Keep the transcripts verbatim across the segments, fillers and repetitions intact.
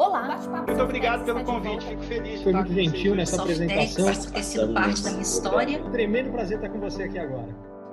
Olá, muito obrigado pelo convite, fico feliz de Foi estar muito com gentil vocês. nessa apresentação. Por ter sido parte da minha história. Tremendo prazer estar com você aqui agora.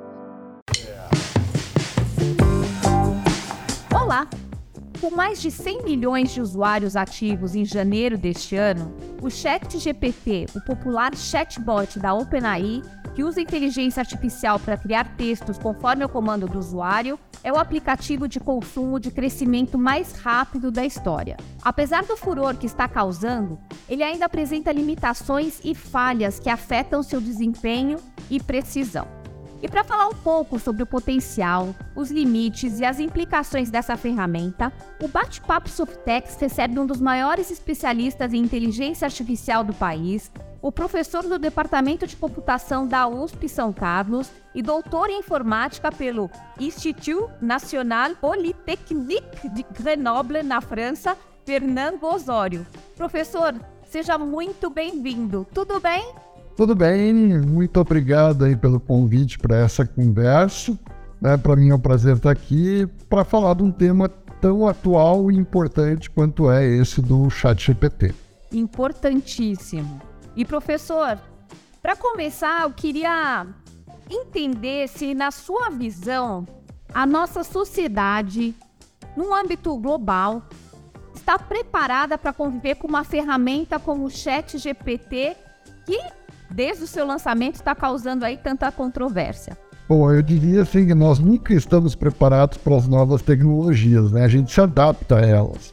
Olá! Com mais de cem milhões de usuários ativos em janeiro deste ano, o ChatGPT, o popular chatbot da OpenAI, que usa inteligência artificial para criar textos conforme o comando do usuário, é o aplicativo de consumo de crescimento mais rápido da história. Apesar do furor que está causando, ele ainda apresenta limitações e falhas que afetam seu desempenho e precisão. E para falar um pouco sobre o potencial, os limites e as implicações dessa ferramenta, o Bate-Papo Softex recebe um dos maiores especialistas em inteligência artificial do país, o professor do Departamento de Computação da U S P São Carlos e doutor em informática pelo Institut National Polytechnique de Grenoble, na França, Fernando Osório. Professor, seja muito bem-vindo. Tudo bem? Tudo bem, muito obrigado aí pelo convite para essa conversa. Né? Para mim é um prazer estar aqui para falar de um tema tão atual e importante quanto é esse do ChatGPT. Importantíssimo. E professor, para começar, eu queria entender se, na sua visão, a nossa sociedade, num âmbito global, está preparada para conviver com uma ferramenta como o ChatGPT, que desde o seu lançamento está causando aí tanta controvérsia. Bom, eu diria assim que nós nunca estamos preparados para as novas tecnologias, né? A gente se adapta a elas.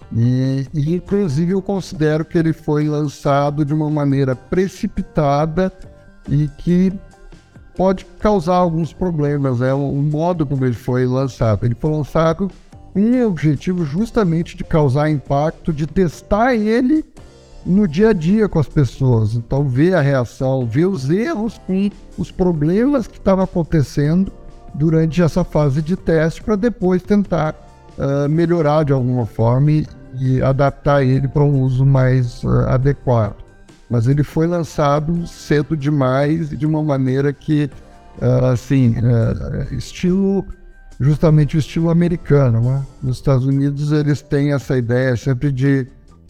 E, e inclusive eu considero que ele foi lançado de uma maneira precipitada e que pode causar alguns problemas, né? O modo como ele foi lançado. Ele foi lançado com o objetivo justamente de causar impacto, de testar ele no dia a dia com as pessoas. Então, ver a reação, ver os erros e os problemas que estavam acontecendo durante essa fase de teste para depois tentar uh, melhorar de alguma forma e, e adaptar ele para um uso mais uh, adequado. Mas ele foi lançado cedo demais e de uma maneira que, uh, assim, uh, estilo, justamente o estilo americano, né? Nos Estados Unidos eles têm essa ideia sempre de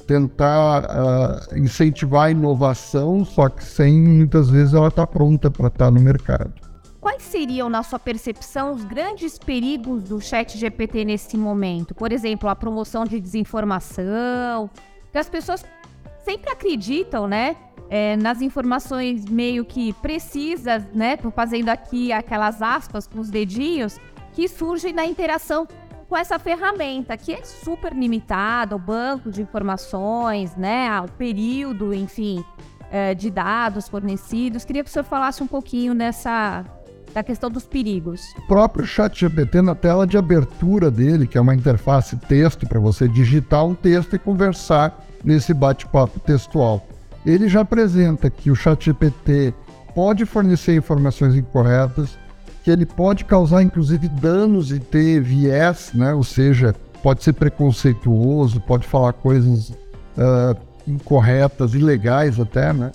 tentar uh, incentivar a inovação, só que sem, muitas vezes, ela está pronta para estar no mercado. Quais seriam, na sua percepção, os grandes perigos do ChatGPT nesse momento? Por exemplo, a promoção de desinformação, que as pessoas sempre acreditam, né, é, nas informações meio que precisas, né, estou fazendo aqui aquelas aspas com os dedinhos, que surgem na interação com essa ferramenta, que é super limitada, o banco de informações, né, o período, enfim, é, de dados fornecidos. Queria que o senhor falasse um pouquinho dessa, da questão dos perigos. O próprio ChatGPT, na tela de abertura dele, que é uma interface texto para você digitar um texto e conversar nesse bate-papo textual, ele já apresenta que o ChatGPT pode fornecer informações incorretas, que ele pode causar, inclusive, danos e ter viés, né? Ou seja, pode ser preconceituoso, pode falar coisas uh, incorretas, ilegais até, né?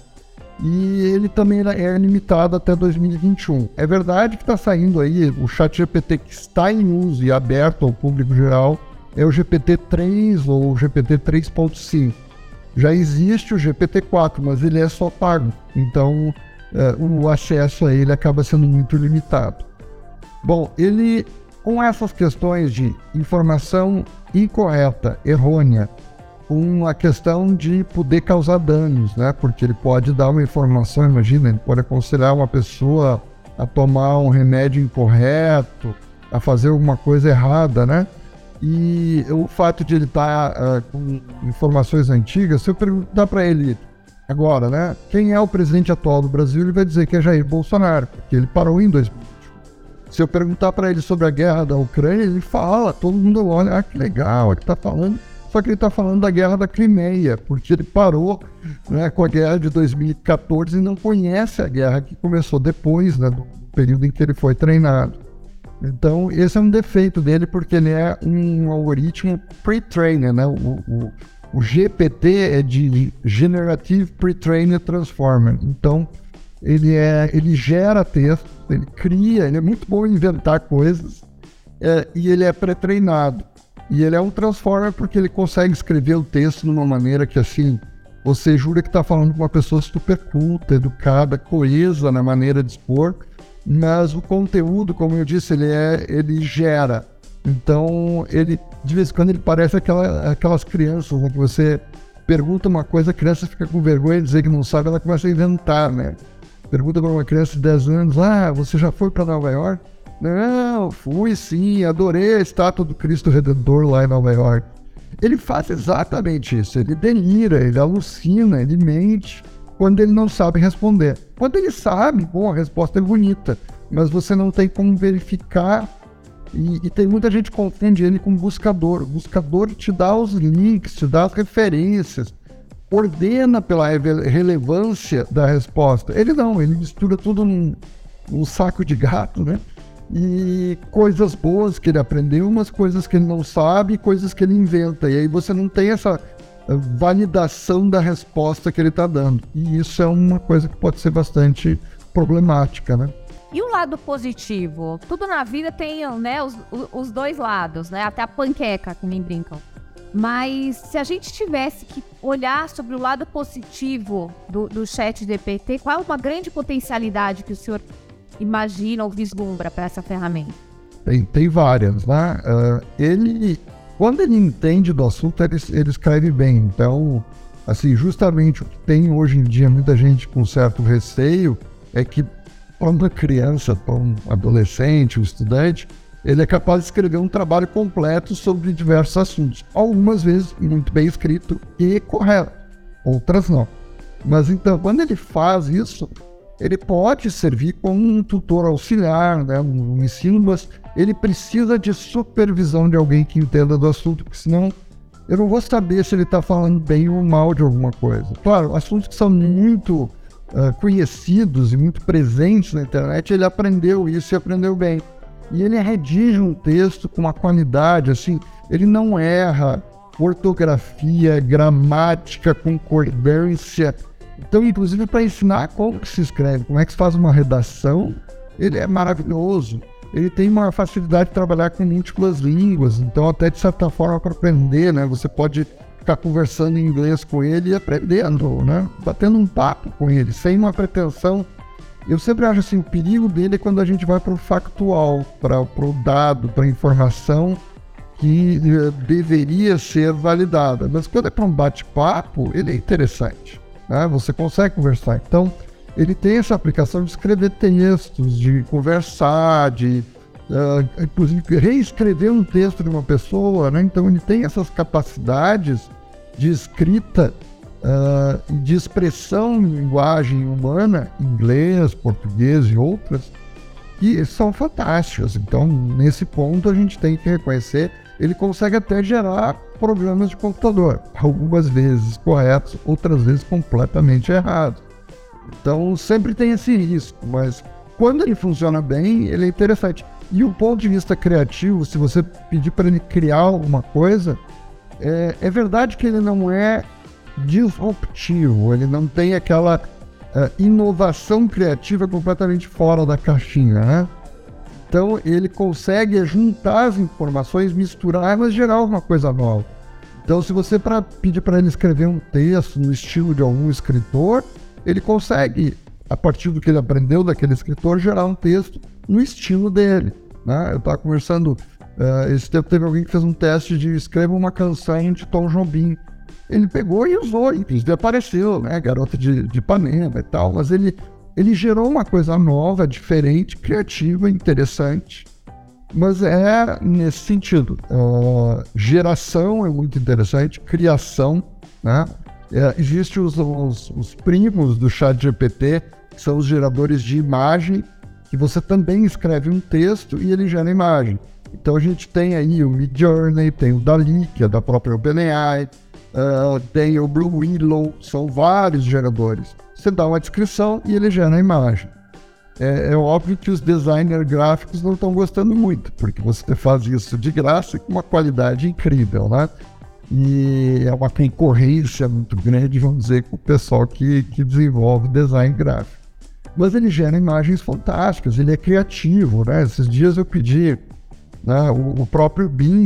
E ele também é limitado até dois mil e vinte e um. É verdade que está saindo aí o ChatGPT que está em uso e aberto ao público geral, é o G P T três ou o G P T três ponto cinco. Já existe o G P T quatro, mas ele é só pago, então Uh, o acesso a ele acaba sendo muito limitado. Bom, ele, com essas questões de informação incorreta, errônea, com a questão de poder causar danos, né? Porque ele pode dar uma informação, imagina, ele pode aconselhar uma pessoa a tomar um remédio incorreto, a fazer alguma coisa errada, né? E o fato de ele estar uh, com informações antigas, se eu perguntar para ele agora, né, quem é o presidente atual do Brasil, ele vai dizer que é Jair Bolsonaro, porque ele parou em dois mil e vinte e um. Se eu perguntar para ele sobre a guerra da Ucrânia, ele fala, todo mundo olha, ah, que legal, ele está falando, só que ele está falando da guerra da Crimeia, porque ele parou, né, com a guerra de dois mil e quatorze e não conhece a guerra que começou depois, né, do período em que ele foi treinado. Então, esse é um defeito dele, porque ele é um algoritmo pre-trained, né, o, o O G P T é de Generative Pre-Trained Transformer. Então, ele, é, ele gera texto, ele cria, ele é muito bom em inventar coisas, é, e ele é pré-treinado. E ele é um transformer porque ele consegue escrever o texto de uma maneira que, assim, você jura que está falando com uma pessoa super culta, educada, coesa na maneira de expor, mas o conteúdo, como eu disse, ele, é, ele gera. Então, ele, de vez em quando, ele parece aquela, aquelas crianças, né, que você pergunta uma coisa, a criança fica com vergonha de dizer que não sabe, ela começa a inventar, né? Pergunta para uma criança de dez anos, ah, você já foi para Nova York? Não, fui sim, adorei a estátua do Cristo Redentor lá em Nova York. Ele faz exatamente isso, ele delira, ele alucina, ele mente quando ele não sabe responder. Quando ele sabe, bom, a resposta é bonita, mas você não tem como verificar, e, e tem muita gente que confunde ele com buscador. O buscador te dá os links, te dá as referências, ordena pela relevância da resposta. Ele não, ele mistura tudo num, num saco de gato, né? E coisas boas que ele aprendeu, umas coisas que ele não sabe, coisas que ele inventa. E aí você não tem essa validação da resposta que ele está dando. E isso é uma coisa que pode ser bastante problemática, né? E o lado positivo? Tudo na vida tem, né, os, os dois lados, né? Até a panqueca, que nem brincam. Mas se a gente tivesse que olhar sobre o lado positivo do, do ChatGPT, qual é uma grande potencialidade que o senhor imagina ou vislumbra para essa ferramenta? Tem, tem várias, né? Uh, ele, quando ele entende do assunto, ele, ele escreve bem. Então, assim, justamente o que tem hoje em dia muita gente com certo receio é que para uma criança, para um adolescente, um estudante, ele é capaz de escrever um trabalho completo sobre diversos assuntos. Algumas vezes muito bem escrito e correto, outras não. Mas então, quando ele faz isso, ele pode servir como um tutor auxiliar, né, no ensino, mas ele precisa de supervisão de alguém que entenda do assunto, porque senão eu não vou saber se ele está falando bem ou mal de alguma coisa. Claro, assuntos que são muito uh, conhecidos e muito presentes na internet, ele aprendeu isso e aprendeu bem. E ele redige um texto com uma qualidade, assim, ele não erra ortografia, gramática, concordância. Então, inclusive, para ensinar como que se escreve, como é que se faz uma redação, ele é maravilhoso. Ele tem uma facilidade de trabalhar com múltiplas línguas, então até de certa forma para aprender, né? Você pode ficar conversando em inglês com ele e aprendendo, né? Batendo um papo com ele, sem uma pretensão. Eu sempre acho assim, o perigo dele é quando a gente vai para o factual, para o dado, para a informação que uh, deveria ser validada. Mas quando é para um bate-papo, ele é interessante, né? Você consegue conversar. Então, ele tem essa aplicação de escrever textos, de conversar, de uh, inclusive reescrever um texto de uma pessoa, né? Então, ele tem essas capacidades de escrita, Uh, de expressão em linguagem humana, inglês, português e outras, que são fantásticas. Então, nesse ponto, a gente tem que reconhecer, ele consegue até gerar programas de computador, algumas vezes corretos, outras vezes completamente errados. Então, sempre tem esse risco, mas quando ele funciona bem, ele é interessante. E o ponto de vista criativo, se você pedir para ele criar alguma coisa, é, é verdade que ele não é disruptivo, ele não tem aquela uh, inovação criativa completamente fora da caixinha, né? Então ele consegue juntar as informações, misturar, mas gerar alguma coisa nova. Então se você pra, pedir para ele escrever um texto no estilo de algum escritor, ele consegue, a partir do que ele aprendeu daquele escritor, gerar um texto no estilo dele, né? Eu estava conversando, uh, esse tempo teve alguém que fez um teste de escrever uma canção de Tom Jobim. Ele pegou e usou, inclusive apareceu, né, Garota de, de Ipanema e tal, mas ele, ele gerou uma coisa nova, diferente, criativa, interessante, mas é nesse sentido. Uh, geração é muito interessante, criação, né? É, Existem os, os, os primos do ChatGPT, que são os geradores de imagem, que você também escreve um texto e ele gera imagem. Então a gente tem aí o Midjourney, tem o DALL-E, que é da própria OpenAI, Uh, tem o Blue Willow, são vários geradores. Você dá uma descrição e ele gera a imagem. É, é óbvio que os designers gráficos não estão gostando muito, porque você faz isso de graça com uma qualidade incrível, né? E é uma concorrência muito grande, vamos dizer, com o pessoal que, que desenvolve design gráfico. Mas ele gera imagens fantásticas, ele é criativo, né? Esses dias eu pedi, né, o, o próprio Bing,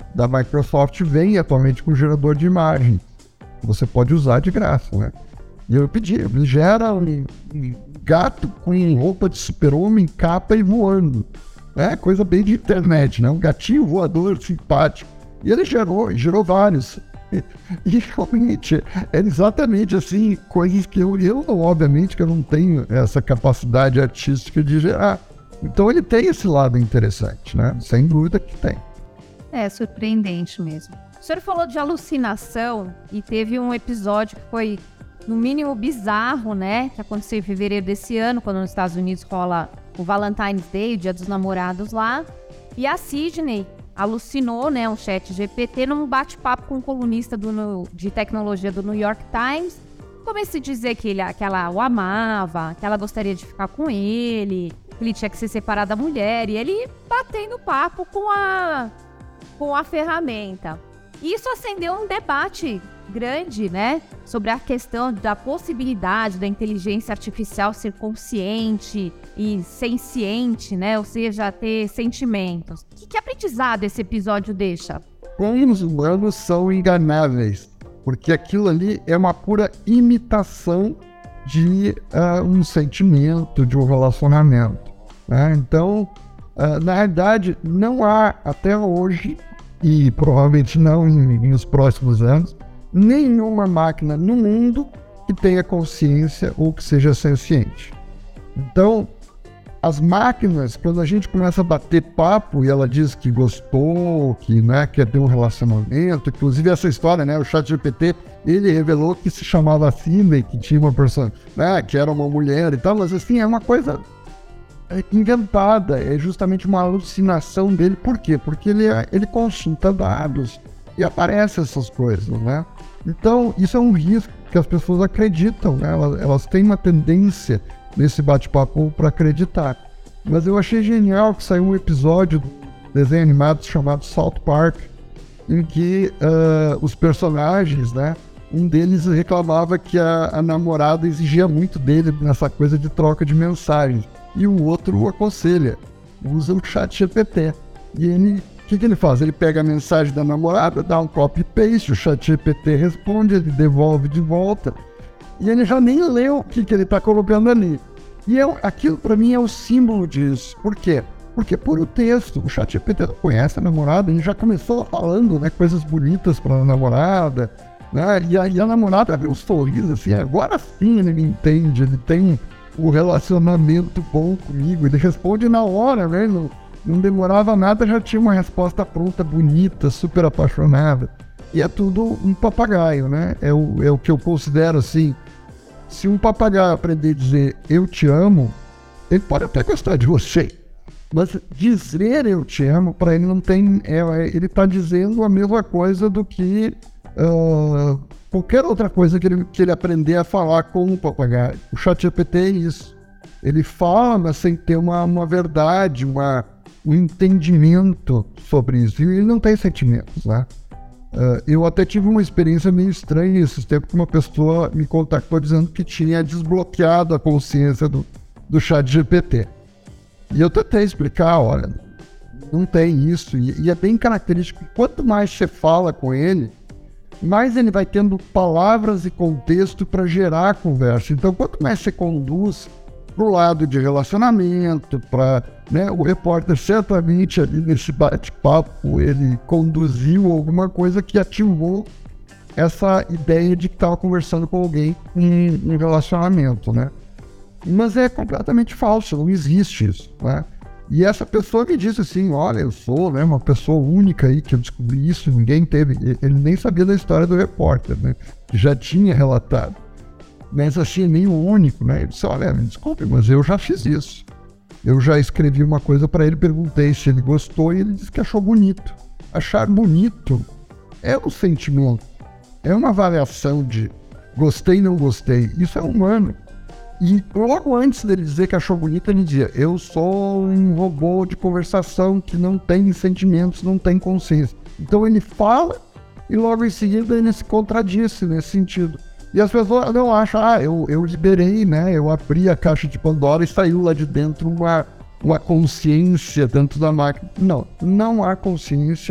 da Microsoft vem atualmente com gerador de imagem. Você pode usar de graça, né? E eu pedi, ele gera um, um gato com roupa de super-homem, capa e voando. É coisa bem de internet, né? Um gatinho voador simpático. E ele gerou, gerou vários. E, e realmente, é exatamente assim, coisas que eu, eu, obviamente, que eu não tenho essa capacidade artística de gerar. Então ele tem esse lado interessante, né? Sem dúvida que tem. É surpreendente mesmo. O senhor falou de alucinação e teve um episódio que foi, no mínimo, bizarro, né? Que aconteceu em fevereiro desse ano, quando nos Estados Unidos rola o Valentine's Day, o Dia dos Namorados lá. E a Sidney alucinou, né, um chat G P T num bate-papo com um colunista do, de tecnologia do New York Times. Começou a dizer que, ele, que ela o amava, que ela gostaria de ficar com ele, que ele tinha que se separar da mulher. E ele batendo papo com a, com a ferramenta. Isso acendeu um debate grande, né, sobre a questão da possibilidade da inteligência artificial ser consciente e senciente, né, ou seja, ter sentimentos. Que, que aprendizado esse episódio deixa? Como os humanos são enganáveis, porque aquilo ali é uma pura imitação de uh, um sentimento, de um relacionamento, né? Então, uh, na verdade, não há até hoje, e provavelmente não em, nos próximos anos, nenhuma máquina no mundo que tenha consciência ou que seja senciente. Então, as máquinas, quando a gente começa a bater papo e ela diz que gostou, que, né, quer ter um relacionamento, inclusive essa história, né, o ChatGPT, ele revelou que se chamava Sidney, que tinha uma pessoa, né, que era uma mulher e tal, mas assim, é uma coisa inventada, é justamente uma alucinação dele. Por quê? Porque ele, é, ele consulta dados e aparecem essas coisas, né? Então, isso é um risco que as pessoas acreditam, né? Elas, elas têm uma tendência nesse bate-papo para acreditar. Mas eu achei genial que saiu um episódio do desenho animado chamado South Park, em que uh, os personagens, né? Um deles reclamava que a, a namorada exigia muito dele nessa coisa de troca de mensagens. E o outro o aconselha, usa o chat G P T. E ele, o que, que ele faz? Ele pega a mensagem da namorada, dá um copy-paste, o chat G P T responde, ele devolve de volta. E ele já nem leu o que, que ele está colocando ali. E é, aquilo para mim é o símbolo disso. Por quê? Porque por o texto, o chat G P T conhece a namorada, ele já começou falando, né, coisas bonitas para a namorada, né, e, a, e a namorada abriu um sorriso assim, agora sim ele me entende, ele tem um relacionamento bom comigo, ele responde na hora, né? Não, não demorava nada, já tinha uma resposta pronta, bonita, super apaixonada. E é tudo um papagaio, né? É o, é o que eu considero assim, se um papagaio aprender a dizer eu te amo, ele pode até gostar de você, mas dizer eu te amo, para ele não tem, é, ele está dizendo a mesma coisa do que uh, qualquer outra coisa que ele, que ele aprender a falar com o papagaio. O ChatGPT é isso. Ele fala, mas sem ter uma, uma verdade, uma, um entendimento sobre isso. E ele não tem sentimentos, né? Uh, eu até tive uma experiência meio estranha esses tempos que uma pessoa me contactou dizendo que tinha desbloqueado a consciência do, do ChatGPT. E eu tentei explicar, olha, não tem isso. E, e é bem característico. Quanto mais você fala com ele, mais ele vai tendo palavras e contexto para gerar a conversa. Então, quanto mais você conduz para o lado de relacionamento, para, né, o repórter certamente ali nesse bate-papo, ele conduziu alguma coisa que ativou essa ideia de que estava conversando com alguém em um relacionamento, né? Mas é completamente falso, não existe isso, né? E essa pessoa me disse assim, olha, eu sou, né, uma pessoa única aí que eu descobri isso, ninguém teve, ele nem sabia da história do repórter, né, que já tinha relatado, mas assim, é meio único, né, ele disse, olha, me desculpe, mas eu já fiz isso, eu já escrevi uma coisa para ele, perguntei se ele gostou e ele disse que achou bonito. Achar bonito é um sentimento, é uma avaliação de gostei, não gostei, isso é humano. E logo antes dele dizer que achou bonito, ele dizia, eu sou um robô de conversação que não tem sentimentos, não tem consciência. Então ele fala e logo em seguida ele se contradisse nesse sentido. E as pessoas não acham, ah, eu, eu liberei, né? Eu abri a caixa de Pandora e saiu lá de dentro uma, uma consciência dentro da máquina. Não, não há consciência.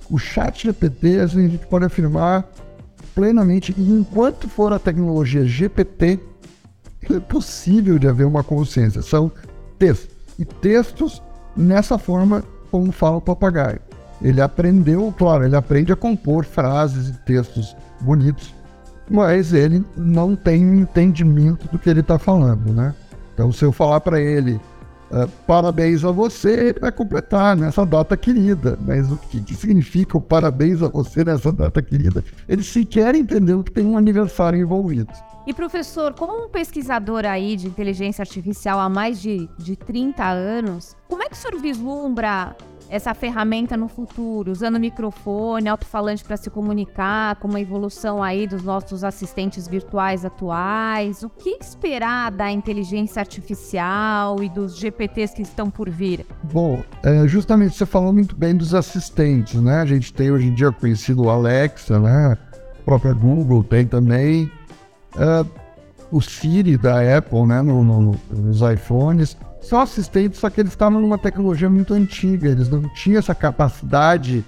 o ChatGPT, assim, a gente pode afirmar plenamente que enquanto for a tecnologia G P T, é possível de haver uma consciência. São textos. E textos nessa forma como fala o papagaio. Ele aprendeu, claro, ele aprende a compor frases e textos bonitos, mas ele não tem entendimento do que ele está falando, né? Então, se eu falar para ele, uh, parabéns a você, ele vai completar nessa data querida. Mas o que, que significa o parabéns a você nessa data querida? Ele sequer entendeu que tem um aniversário envolvido. E, professor, como um pesquisador aí de inteligência artificial há mais de, de trinta anos, como é que o senhor vislumbra essa ferramenta no futuro, usando microfone, alto-falante para se comunicar, com uma evolução aí dos nossos assistentes virtuais atuais? O que esperar da inteligência artificial e dos G P Ts que estão por vir? Bom, é, justamente você falou muito bem dos assistentes, né? A gente tem hoje em dia conhecido o Alexa, né? A própria Google tem também. Uh, o Siri da Apple, né? No, no, nos iPhones. São assistentes, só que eles estavam numa tecnologia muito antiga, eles não tinham essa capacidade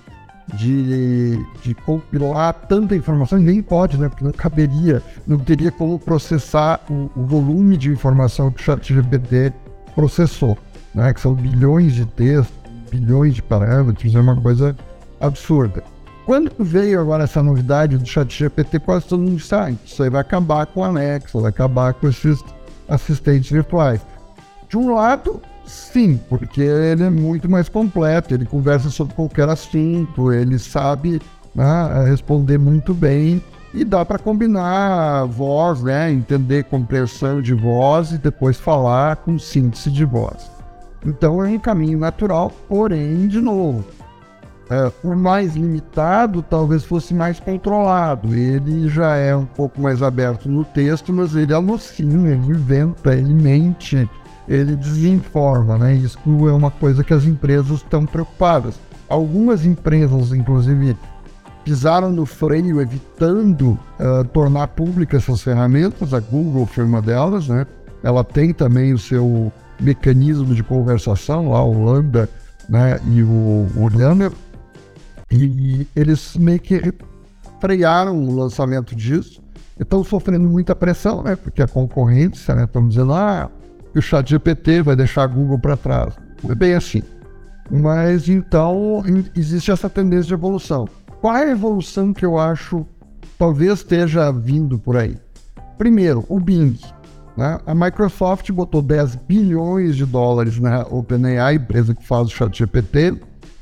de, de compilar tanta informação, e nem pode, né, porque não caberia, não teria como processar o, o volume de informação que o ChatGPT processou, né, que são bilhões de textos, bilhões de parâmetros, é uma coisa absurda. Quando veio agora essa novidade do ChatGPT, quase todo mundo disse, ah, isso aí vai acabar com a Alexa, vai acabar com esses assistentes virtuais. De um lado, sim, porque ele é muito mais completo, ele conversa sobre qualquer assunto, ele sabe, né, responder muito bem e dá para combinar voz, né, entender compressão de voz e depois falar com síntese de voz. Então é um caminho natural, porém, de novo, é, o mais limitado talvez fosse mais controlado. Ele já é um pouco mais aberto no texto, mas ele alucina, ele inventa, ele mente, ele desinforma, né? Isso é uma coisa que as empresas estão preocupadas. Algumas empresas, inclusive, pisaram no freio, evitando uh, tornar públicas essas ferramentas. A Google foi uma delas, né? Ela tem também o seu mecanismo de conversação, lá o Lambda, né? E o, o Lambda. E, e eles meio que frearam o lançamento disso. Estão sofrendo muita pressão, né? Porque a concorrência, né? Estão dizendo, ah, que o ChatGPT vai deixar a Google para trás. É bem assim. Mas então existe essa tendência de evolução. Qual é a evolução que eu acho talvez esteja vindo por aí? Primeiro, o Bing, né? A Microsoft botou dez bilhões de dólares na OpenAI, empresa que faz o ChatGPT.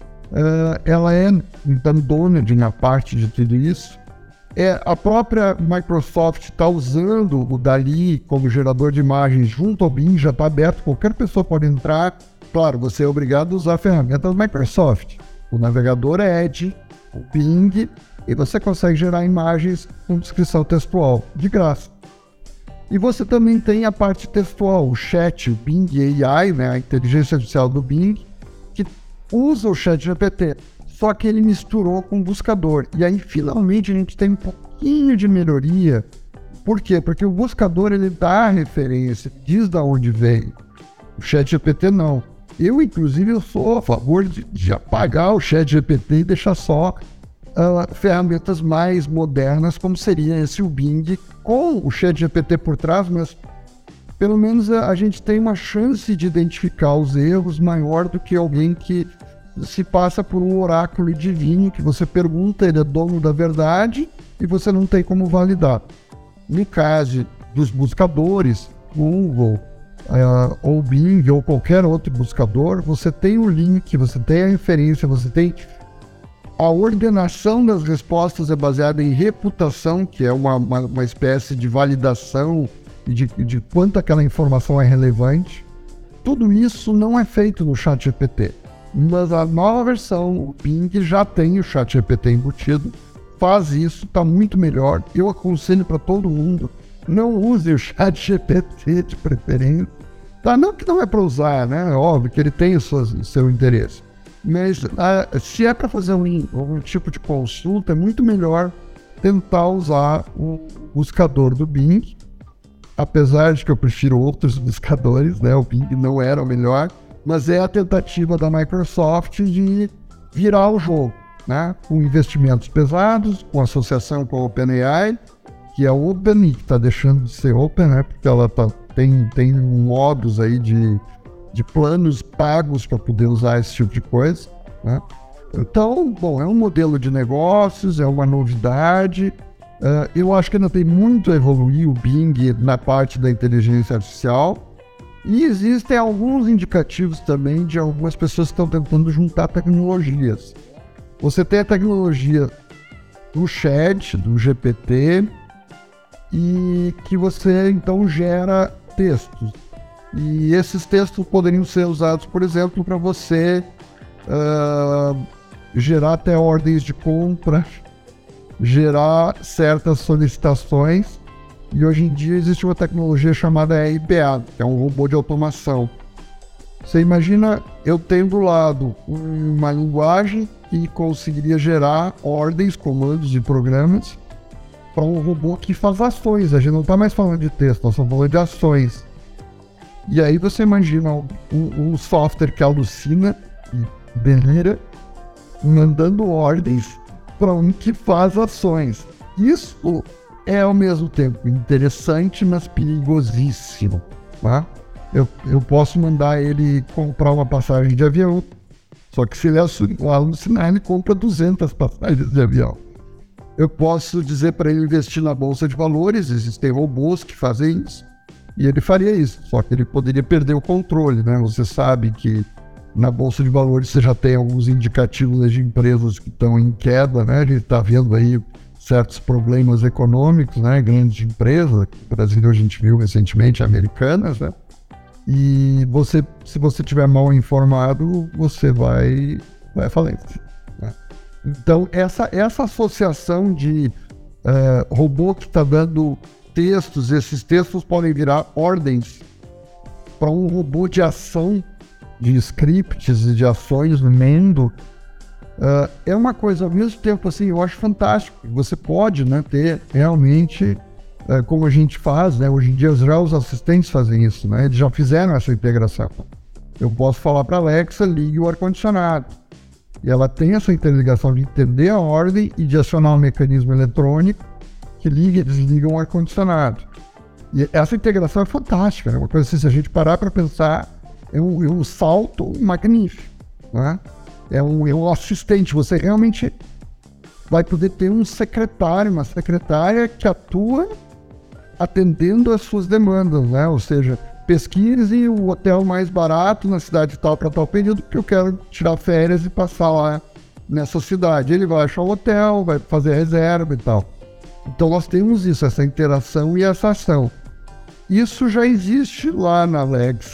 Uh, ela é então dona de uma parte de tudo isso. É, a própria Microsoft está usando o DALL-E como gerador de imagens junto ao Bing, já está aberto, qualquer pessoa pode entrar. Claro, você é obrigado a usar a ferramenta da Microsoft. O navegador é Edge, o Bing, e você consegue gerar imagens com descrição textual, de graça. E você também tem a parte textual, o chat, o Bing A I, né, a inteligência artificial do Bing, que usa o ChatGPT. Só que ele misturou com o buscador. E aí, finalmente, a gente tem um pouquinho de melhoria. Por quê? Porque o buscador, ele dá a referência, diz de onde veio. O ChatGPT não. Eu, inclusive, eu sou a favor de, de apagar o ChatGPT e deixar só uh, ferramentas mais modernas, como seria esse o Bing, com o ChatGPT por trás, mas pelo menos a, a gente tem uma chance de identificar os erros maior do que alguém que se passa por um oráculo divino, que você pergunta, ele é dono da verdade e você não tem como validar. No caso dos buscadores, Google, uh, ou Bing, ou qualquer outro buscador, você tem o link, você tem a referência, você tem a ordenação das respostas é baseada em reputação, que é uma, uma, uma espécie de validação de, de quanto aquela informação é relevante. Tudo isso não é feito no ChatGPT. Mas a nova versão, o Bing, já tem o ChatGPT embutido, faz isso, está muito melhor. Eu aconselho para todo mundo, não use o ChatGPT de preferência. Tá? Não que não é para usar, né? É óbvio que ele tem o seu, o seu interesse. Mas uh, se é para fazer um, um tipo de consulta, é muito melhor tentar usar o buscador do Bing. Apesar de que eu prefiro outros buscadores, né? O Bing não era o melhor. Mas é a tentativa da Microsoft de virar o jogo. né, com investimentos pesados, com associação com a OpenAI, que é open e que está deixando de ser open, né, porque ela tá, tem, tem modos aí de, de planos pagos para poder usar esse tipo de coisa, né? Então, bom, é um modelo de negócios, é uma novidade. Uh, eu acho que ainda tem muito a evoluir o Bing na parte da inteligência artificial. E existem alguns indicativos também de algumas pessoas que estão tentando juntar tecnologias. Você tem a tecnologia do chat, do G P T, e que você então gera textos. E esses textos poderiam ser usados, por exemplo, para você uh, gerar até ordens de compra, gerar certas solicitações. E hoje em dia existe uma tecnologia chamada R P A, que é um robô de automação. Você imagina, eu tenho do lado uma linguagem que conseguiria gerar ordens, comandos e programas para um robô que faz ações. A gente não está mais falando de texto, nós estamos falando de ações. E aí você imagina um, um software que alucina e delira, mandando ordens para um que faz ações. Isso é ao mesmo tempo interessante, mas perigosíssimo, tá? Eu, eu posso mandar ele comprar uma passagem de avião, só que se ele alucinar, ele compra duzentas passagens de avião. Eu posso dizer para ele investir na bolsa de valores, existem robôs que fazem isso, e ele faria isso, só que ele poderia perder o controle, né? Você sabe que na bolsa de valores você já tem alguns indicativos de empresas que estão em queda, né? A gente está vendo aí certos problemas econômicos, né? Grandes empresas, no Brasil a gente viu recentemente, americanas, né? E você, se você estiver mal informado, você vai, vai à falência, né? Então, essa, essa associação de uh, robô que está dando textos, esses textos podem virar ordens para um robô de ação, de scripts e de ações lendo, uh, é uma coisa, ao mesmo tempo, assim, eu acho fantástico. Você pode, né, ter realmente, uh, como a gente faz, né, hoje em dia já os assistentes fazem isso, né, eles já fizeram essa integração. Eu posso falar para a Alexa, ligue o ar-condicionado. E ela tem essa interligação de entender a ordem e de acionar um mecanismo eletrônico que liga e desliga um ar-condicionado. E essa integração é fantástica, é uma coisa assim, se a gente parar para pensar, é um, é um salto magnífico, né? É um, é um assistente, você realmente vai poder ter um secretário, uma secretária que atua atendendo às suas demandas, né? Ou seja, pesquise o hotel mais barato na cidade tal para tal período, porque eu quero tirar férias e passar lá nessa cidade. Ele vai achar o hotel, vai fazer a reserva e tal. Então nós temos isso, essa interação e essa ação. Isso já existe lá na Alexa.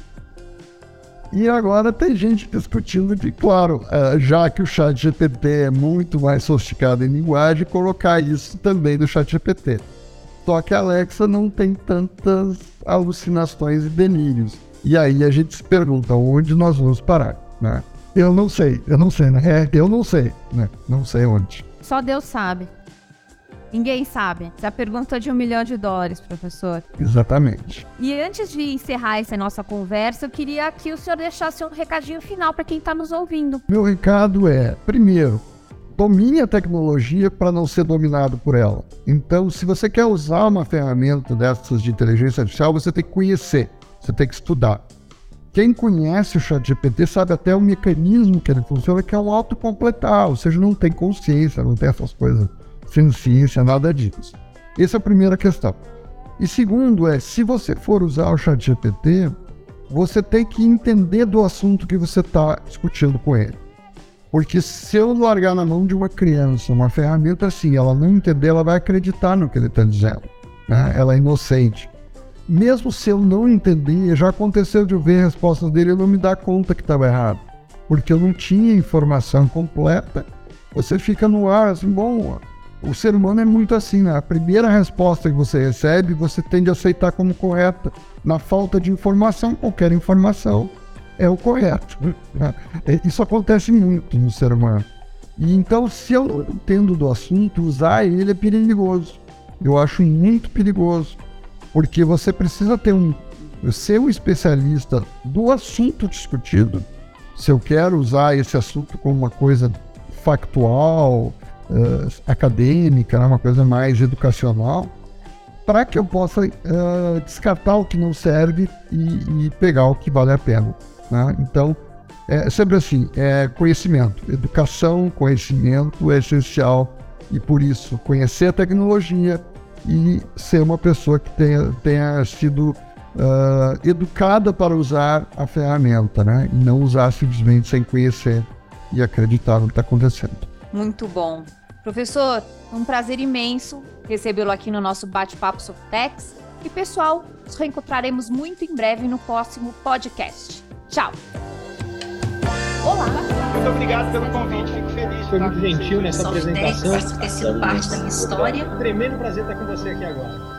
E agora tem gente discutindo que, claro, já que o chat G P T é muito mais sofisticado em linguagem, colocar isso também no chat G P T. Só que a Alexa não tem tantas alucinações e delírios. E aí a gente se pergunta onde nós vamos parar, né? Eu não sei, eu não sei, né? Eu não sei, né? Não sei onde. Só Deus sabe. Ninguém sabe. Essa pergunta de um milhão de dólares, professor. Exatamente. E antes de encerrar essa nossa conversa, eu queria que o senhor deixasse um recadinho final para quem está nos ouvindo. Meu recado é, primeiro, domine a tecnologia para não ser dominado por ela. Então, se você quer usar uma ferramenta dessas de inteligência artificial, você tem que conhecer, você tem que estudar. Quem conhece o ChatGPT sabe até o mecanismo que ele funciona, que é um autocompletar, ou seja, não tem consciência, não tem essas coisas sem ciência, nada disso. Essa é a primeira questão. E segundo é, se você for usar o ChatGPT, você tem que entender do assunto que você está discutindo com ele. Porque se eu largar na mão de uma criança uma ferramenta assim, ela não entender, ela vai acreditar no que ele está dizendo, né? Ela é inocente. Mesmo se eu não entender, já aconteceu de eu ver a resposta dele e não me dar conta que estava errado. Porque eu não tinha informação completa. Você fica no ar assim, bom... O ser humano é muito assim, né? A primeira resposta que você recebe, você tende a aceitar como correta. Na falta de informação, qualquer informação é o correto, né? Isso acontece muito no ser humano. E então, se eu não entendo do assunto, usar ele é perigoso. Eu acho muito perigoso. Porque você precisa ter um... ser um especialista do assunto discutido. Se eu quero usar esse assunto como uma coisa factual, uh, acadêmica, né? Uma coisa mais educacional, para que eu possa uh, descartar o que não serve e, e pegar o que vale a pena, né? Então, é sempre assim, é conhecimento, educação, conhecimento é essencial, e por isso conhecer a tecnologia e ser uma pessoa que tenha, tenha sido uh, educada para usar a ferramenta, né? E não usar simplesmente sem conhecer e acreditar no que está acontecendo. Muito bom. Professor, um prazer imenso recebê-lo aqui no nosso bate-papo sobre Tex. E pessoal, nos reencontraremos muito em breve no próximo podcast. Tchau! Olá! Muito obrigado pelo convite, fico feliz. Foi muito gentil nessa Softec, apresentação. por ter sido parte da minha história. Tremendo prazer estar com você aqui agora.